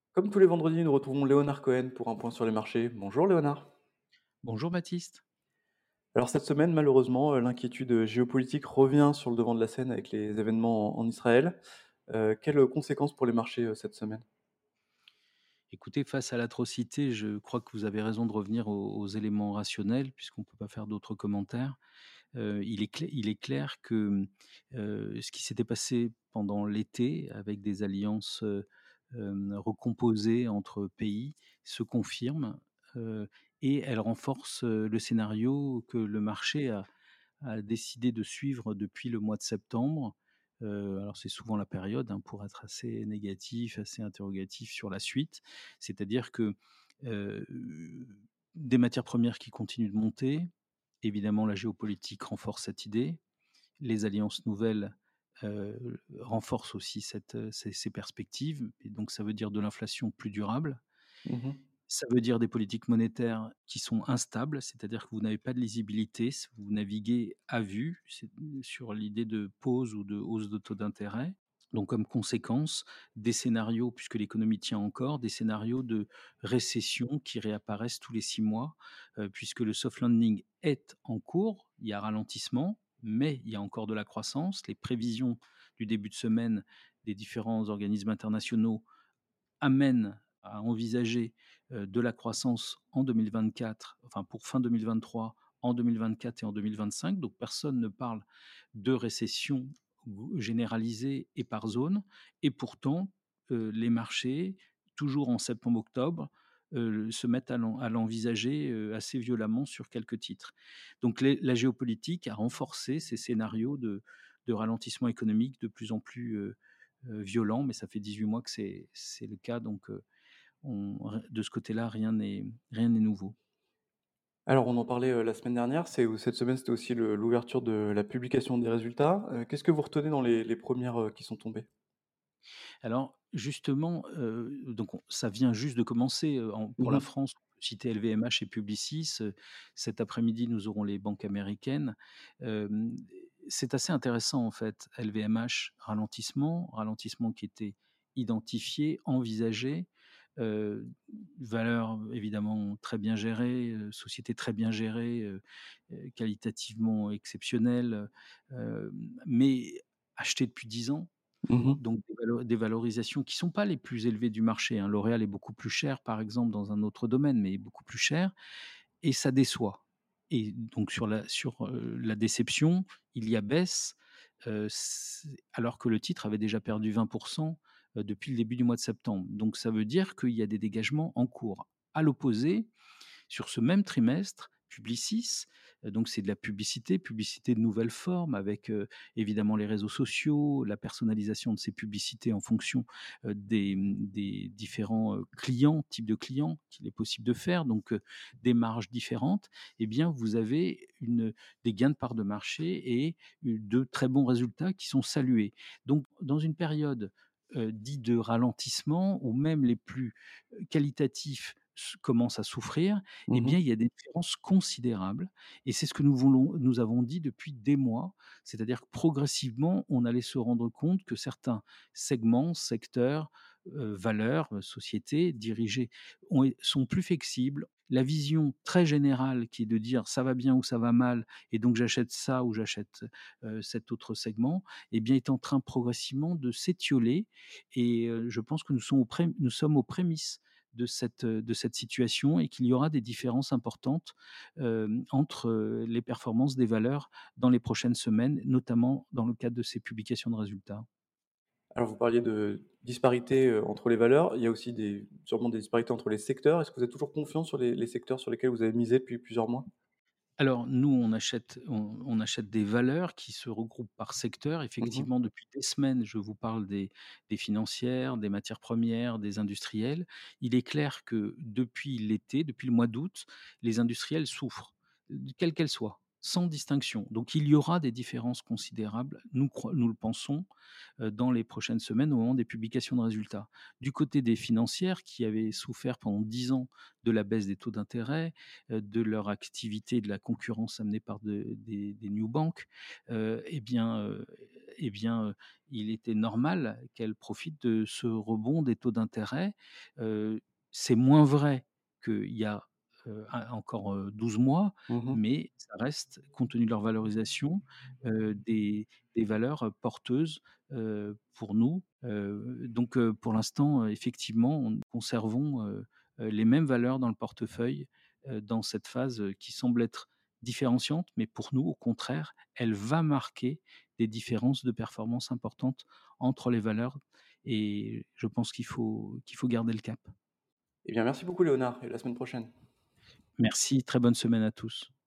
Comme tous les vendredis, nous retrouvons Léonard Cohen pour un point sur les marchés. Bonjour Léonard. Bonjour Baptiste. Alors cette semaine, malheureusement, l'inquiétude géopolitique revient sur le devant de la scène avec les événements en Israël. Quelles conséquences pour les marchés cette semaine? Écoutez, face à l'atrocité, je crois que vous avez raison de revenir aux éléments rationnels, puisqu'on ne peut pas faire d'autres commentaires. Il est clair que ce qui s'était passé pendant l'été avec des alliances recomposées entre pays se confirme et elle renforce le scénario que le marché a décidé de suivre depuis le mois de septembre. Alors c'est souvent la période, hein, pour être assez négatif, assez interrogatif sur la suite. C'est-à-dire que, heu, des matières premières qui continuent de monter, évidemment la géopolitique renforce cette idée, les alliances nouvelles, renforcent aussi ces perspectives et donc ça veut dire de l'inflation plus durable. Mmh. Ça veut dire des politiques monétaires qui sont instables, c'est-à-dire que vous n'avez pas de lisibilité, vous naviguez à vue, c'est sur l'idée de pause ou de hausse de taux d'intérêt. Donc comme conséquence, des scénarios, puisque l'économie tient encore, des scénarios de récession qui réapparaissent tous les 6 mois, puisque le soft landing est en cours. Il y a ralentissement, mais il y a encore de la croissance. Les prévisions du début de semaine des différents organismes internationaux amène à envisager, de la croissance en 2024, enfin pour fin 2023, en 2024 et en 2025. Donc personne ne parle de récession généralisée et par zone et pourtant, les marchés, toujours en septembre-octobre, se mettent à l'envisager, assez violemment sur quelques titres. Donc la géopolitique a renforcé ces scénarios de ralentissement économique de plus en plus, violent, mais ça fait 18 mois que c'est le cas, donc on de ce côté-là, rien n'est nouveau. Alors on en parlait la semaine dernière, cette semaine c'était aussi l'ouverture de la publication des résultats. Qu'est-ce que vous retenez dans les premières qui sont tombées? Alors justement, donc on ça vient juste de commencer, pour la Mmh. France, on peut citer LVMH et Publicis, cet après-midi, nous aurons les banques américaines. Hem, c'est assez intéressant en fait. LVMH, ralentissement qui était identifié, envisagé, heu, valeur évidemment très bien gérée, société très bien gérée, qualitativement exceptionnelle, mais achetée depuis 10 ans. Mmh. Donc des valorisations qui sont pas les plus élevées du marché, hein. L'Oréal est beaucoup plus cher, par exemple, dans un autre domaine, mais beaucoup plus cher et ça déçoit et donc sur la déception, il y a baisse, alors que le titre avait déjà perdu 20 depuis le début du mois de septembre. Donc ça veut dire qu'il y a des dégagements en cours. À l'opposé, sur ce même trimestre, Publicis, donc c'est de la publicité de nouvelles formes avec, évidemment les réseaux sociaux, la personnalisation de ces publicités en fonction, des différents, types de clients qu'il est possible de faire, donc des marges différentes. Eh bien, vous avez des gains de part de marché et de très bons résultats qui sont salués. Donc dans une période, dite de ralentissement où même les plus, qualitatifs commencent à souffrir, eh bien, Mmh. il y a des différences considérables et c'est ce que nous avons dit depuis des mois. C'est-à-dire que progressivement, on allait se rendre compte que certains segments, secteurs, valeurs, sociétés dirigées sont plus flexibles. La vision très générale qui est de dire: «Ça va bien ou ça va mal et donc j'achète ça ou j'achète, cet autre segment», eh bien, est en train progressivement de s'étioler et je pense que nous sommes aux prémices de cette situation et qu'il y aura des différences importantes, entre, les performances des valeurs dans les prochaines semaines, notamment dans le cadre de ces publications de résultats. Alors vous parliez de disparités entre les valeurs, il y a aussi sûrement des disparités entre les secteurs. Est-ce que vous êtes toujours confiant sur les secteurs sur lesquels vous avez misé depuis plusieurs mois? Alors nous, on achète des valeurs qui se regroupent par secteur. Mmh. Effectivement, depuis des semaines, je vous parle des financières, des matières premières, des industriels. Il est clair que depuis l'été, depuis le mois d'août, les industriels souffrent, quelles qu'elles soient, sans distinction. Donc il y aura des différences considérables, nous le pensons, dans les prochaines semaines au moment des publications de résultats. Du côté des financières qui avaient souffert pendant 10 ans de la baisse des taux d'intérêt, de leur activité, de la concurrence amenée par des new banks, eh bien, eh bien, il était normal qu'elles profitent de ce rebond des taux d'intérêt. C'est moins vrai qu'il y a, encore, 12 mois, Mmh. mais ça reste, compte tenu de leur valorisation, des valeurs porteuses, pour nous. Donc pour l'instant, effectivement, nous conservons, les mêmes valeurs dans le portefeuille, dans cette phase, qui semble être différenciante, mais pour nous, au contraire, elle va marquer des différences de performance importantes entre les valeurs et je pense qu'il faut garder le cap. Eh bien, merci beaucoup Léonard et à la semaine prochaine. Merci, très bonne semaine à tous.